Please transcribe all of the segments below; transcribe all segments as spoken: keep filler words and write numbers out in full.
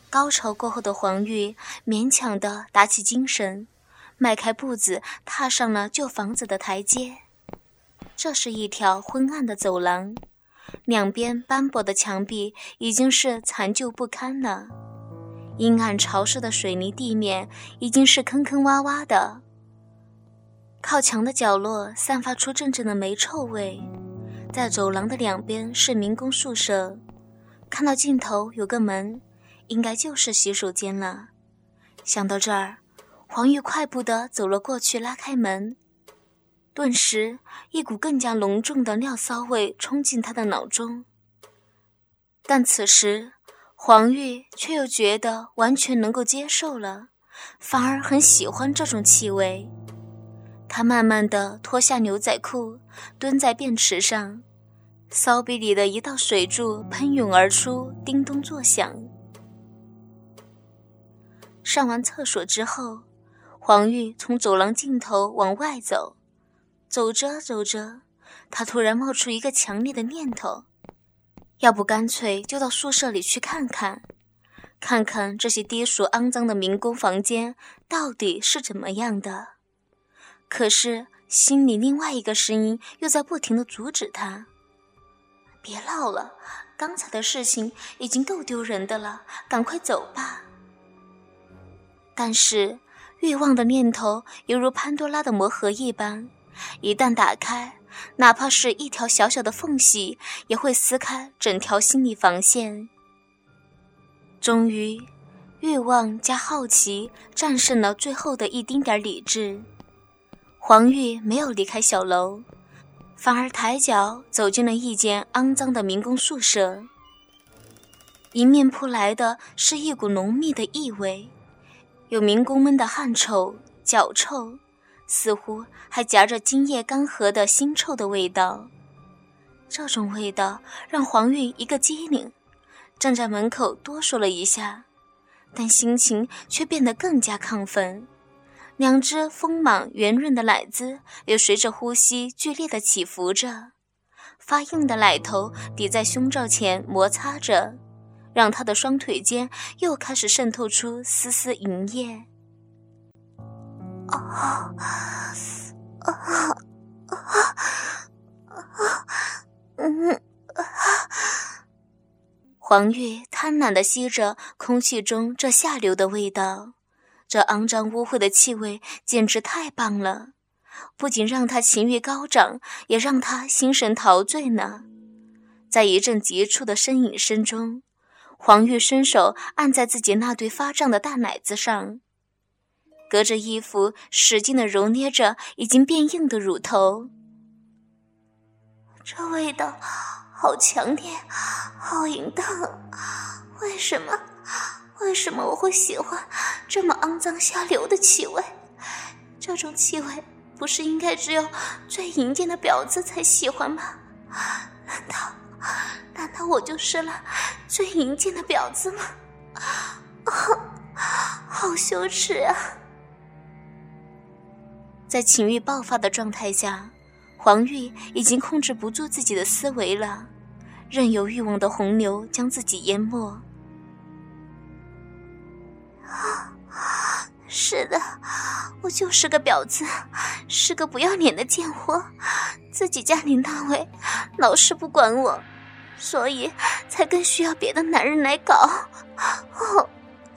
高潮过后的黄玉勉强地打起精神，迈开步子踏上了旧房子的台阶。这是一条昏暗的走廊，两边斑驳的墙壁已经是残旧不堪了，阴暗潮湿的水泥地面已经是坑坑洼洼的，靠墙的角落散发出阵阵的霉臭味。在走廊的两边是民工宿舍，看到尽头有个门，应该就是洗手间了。想到这儿，黄玉快步地走了过去，拉开门。顿时一股更加浓重的尿骚味冲进他的脑中，但此时黄玉却又觉得完全能够接受了，反而很喜欢这种气味。他慢慢地脱下牛仔裤，蹲在便池上，骚逼里的一道水柱喷涌而出，叮咚作响。上完厕所之后，黄玉从走廊尽头往外走，走着走着，他突然冒出一个强烈的念头，要不干脆就到宿舍里去看看，看看这些低俗肮脏的民工房间到底是怎么样的。可是心里另外一个声音又在不停地阻止他，别闹了，刚才的事情已经够丢人的了，赶快走吧。但是欲望的念头犹如潘多拉的魔盒一般，一旦打开，哪怕是一条小小的缝隙，也会撕开整条心理防线。终于，欲望加好奇战胜了最后的一丁点理智。黄玉没有离开小楼，反而抬脚走进了一间肮脏的民工宿舍。迎面扑来的是一股浓密的异味，有民工们的汗臭、脚臭，似乎还夹着精液干涸的腥臭的味道。这种味道让黄玉一个机灵，站在门口哆嗦了一下，但心情却变得更加亢奋。两只丰满圆润的奶子也随着呼吸剧烈地起伏着，发硬的奶头抵在胸罩前摩擦着，让他的双腿间又开始渗透出丝丝淫液。啊啊啊啊嗯啊！黄玉贪婪地吸着空气中这下流的味道，这肮脏污秽的气味简直太棒了，不仅让他情欲高涨，也让他心神陶醉呢。在一阵急促的呻吟声中，黄玉伸手按在自己那对发胀的大奶子上，隔着衣服使劲地揉捏着已经变硬的乳头。这味道好强烈，好淫荡，为什么为什么我会喜欢这么肮脏下流的气味？这种气味不是应该只有最淫贱的婊子才喜欢吗？难道难道我就是了最淫贱的婊子吗？好羞耻啊！在情欲爆发的状态下，黄玉已经控制不住自己的思维了，任由欲望的洪流将自己淹没。是的，我就是个婊子，是个不要脸的贱货，自己家林大伟老是不管我，所以才更需要别的男人来搞。哦，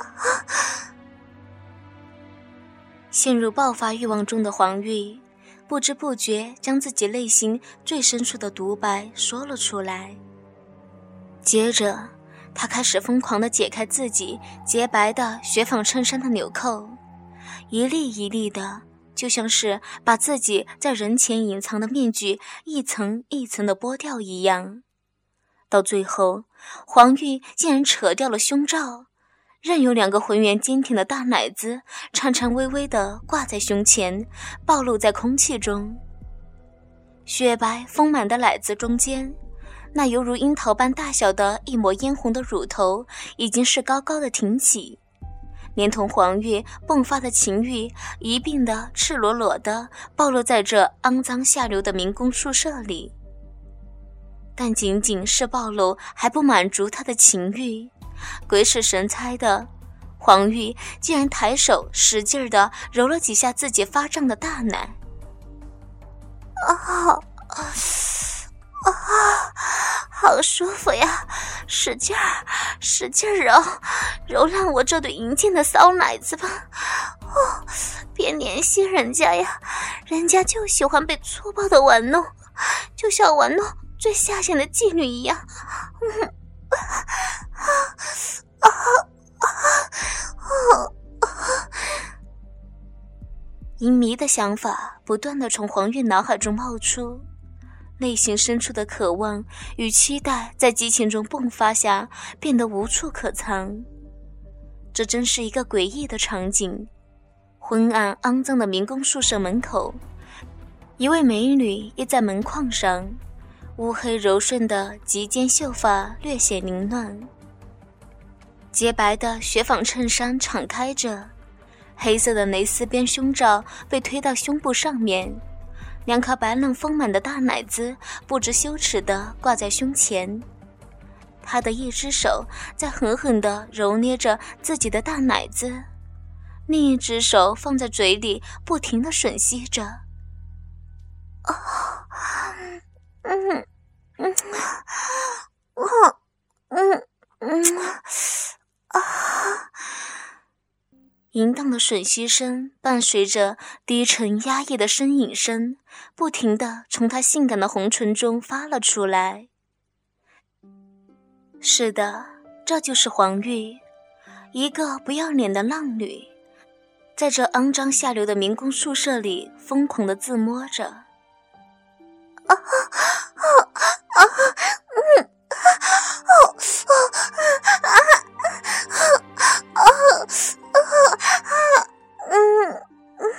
陷入爆发欲望中的黄玉不知不觉将自己内心最深处的独白说了出来。接着他开始疯狂地解开自己洁白的雪纺衬衫的纽扣，一粒一粒的，就像是把自己在人前隐藏的面具一层一层的剥掉一样。到最后，黄玉竟然扯掉了胸罩，任由两个浑圆坚挺的大奶子颤颤巍巍地挂在胸前，暴露在空气中。雪白丰满的奶子中间，那犹如樱桃般大小的一抹嫣红的乳头已经是高高的挺起，连同黄玉迸发的情欲一并的赤裸裸地暴露在这肮脏下流的民工宿舍里。但仅仅是暴露还不满足他的情欲， 鬼使神差的，黄玉竟然抬手使劲地揉了几下自己发胀的大奶。啊啊，好舒服呀！使劲儿，使劲儿揉，揉烂我这对银剑的骚奶子吧！哦，别怜惜人家呀，人家就喜欢被粗暴的玩弄，就像玩弄最下贱的妓女一样。嗯，啊啊啊啊啊！淫迷的想法不断地从黄玉脑海中冒出。内心深处的渴望与期待在激情中迸发下，变得无处可藏。这真是一个诡异的场景。昏暗肮脏的民工宿舍门口，一位美女倚在门框上，乌黑柔顺的及肩秀发略显凌乱，洁白的雪纺衬衫敞开着，黑色的蕾丝边胸罩被推到胸部上面，两颗白嫩丰满的大奶子不知羞耻地挂在胸前。她的一只手在狠狠地揉捏着自己的大奶子，另一只手放在嘴里不停地吮吸着。哦，嗯嗯嗯嗯嗯啊！淫荡的吮吸声伴随着低沉压抑的呻吟声，不停地从她性感的红唇中发了出来。是的，这就是黄玉，一个不要脸的浪女，在这肮脏下流的民工宿舍里疯狂地自摸着。啊啊啊！嗯啊啊啊啊！嗯嗯，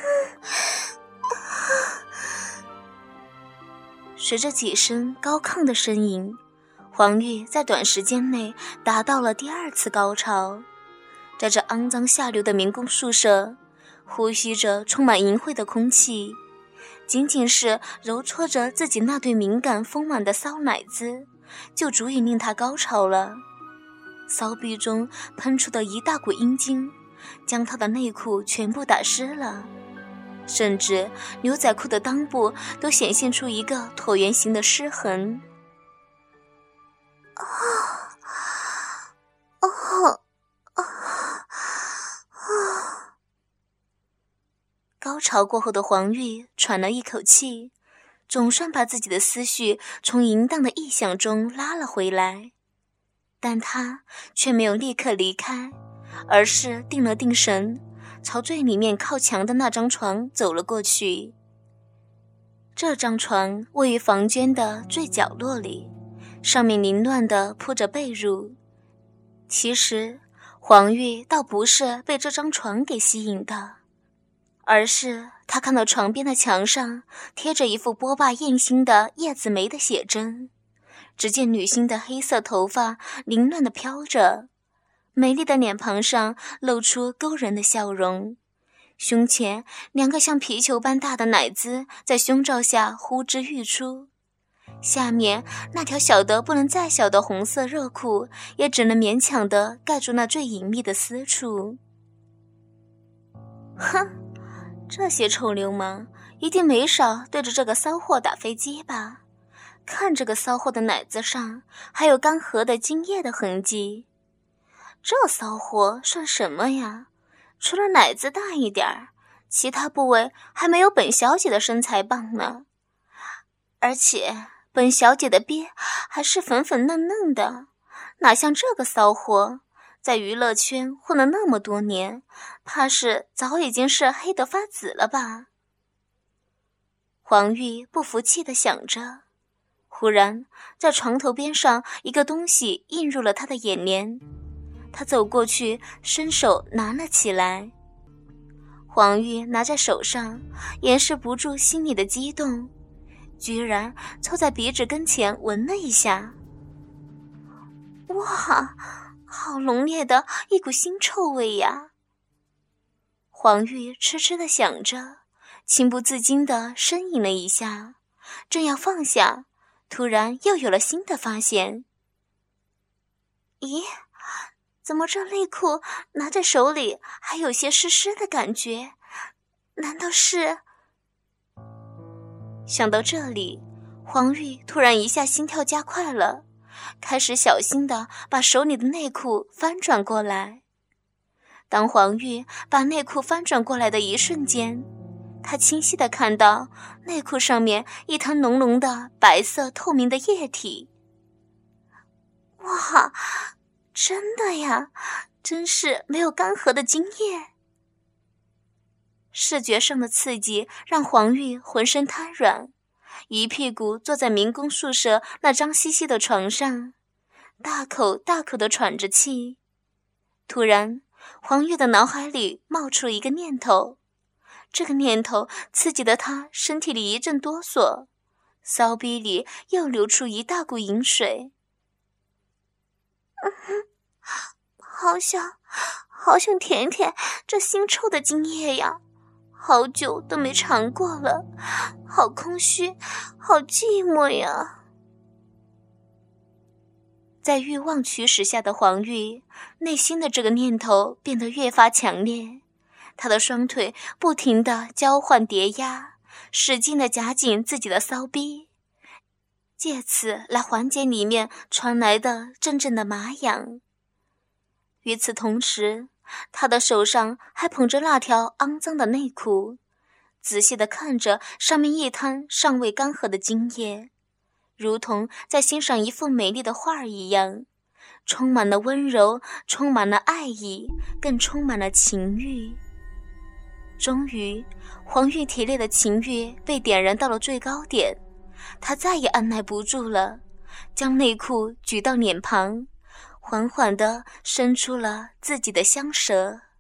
随着几声高亢的呻吟，黄玉在短时间内达到了第二次高潮。在这肮脏下流的民工宿舍，呼吸着充满淫秽的空气，仅仅是揉搓着自己那对敏感丰满的骚奶子，就足以令他高潮了。骚逼中喷出的一大股阴茎，将他的内裤全部打湿了，甚至牛仔裤的裆部都显现出一个椭圆形的湿痕。啊啊啊啊！高潮过后的黄玉喘了一口气，总算把自己的思绪从淫荡的臆想中拉了回来，但他却没有立刻离开，而是定了定神，朝最里面靠墙的那张床走了过去。这张床位于房间的最角落里，上面凌乱地铺着被褥。其实黄玉倒不是被这张床给吸引的，而是他看到床边的墙上贴着一幅波霸艳星的叶子梅的写真，只见女星的黑色头发凌乱地飘着，美丽的脸庞上露出勾人的笑容，胸前两个像皮球般大的奶子在胸罩下呼之欲出，下面那条小得不能再小的红色热裤也只能勉强地盖住那最隐秘的私处。哼，这些臭流氓一定没少对着这个骚货打飞机吧？看这个骚货的奶子上还有干涸的精液的痕迹，这骚货算什么呀？除了奶子大一点儿，其他部位还没有本小姐的身材棒呢。而且本小姐的鳖还是粉粉嫩嫩的，哪像这个骚货，在娱乐圈混了那么多年，怕是早已经是黑得发紫了吧？黄玉不服气地想着，忽然在床头边上一个东西映入了他的眼帘，他走过去伸手拿了起来。黄玉拿在手上，掩饰不住心里的激动，居然凑在鼻子跟前闻了一下。哇，好浓烈的一股腥臭味呀！黄玉痴痴地想着，情不自禁地呻吟了一下，正要放下，突然又有了新的发现。咦， 怎么这内裤拿在手里还有些湿湿的感觉？难道是……想到这里，黄玉突然一下心跳加快了，开始小心地把手里的内裤翻转过来。当黄玉把内裤翻转过来的一瞬间，她清晰地看到内裤上面一滩浓浓的白色透明的液体。哇，真的呀，真是没有干涸的精液。视觉上的刺激让黄玉浑身瘫软，一屁股坐在民工宿舍那脏兮兮的床上，大口大口地喘着气。突然，黄玉的脑海里冒出了一个念头，这个念头刺激得他身体里一阵哆嗦，骚逼里又流出一大股淫水。嗯，好想好想舔舔这腥臭的精液呀，好久都没尝过了，好空虚，好寂寞呀。在欲望驱使下的黄玉，内心的这个念头变得越发强烈，她的双腿不停地交换叠压，使劲地夹紧自己的骚逼，借此来缓解里面传来的阵阵的麻痒。与此同时，他的手上还捧着那条肮脏的内裤，仔细地看着上面一滩尚未干涸的精液，如同在欣赏一幅美丽的画儿一样，充满了温柔，充满了爱意，更充满了情欲。终于，黄玉体内的情欲被点燃到了最高点，她再也按耐不住了，将内裤举到脸庞，缓缓地伸出了自己的香舌。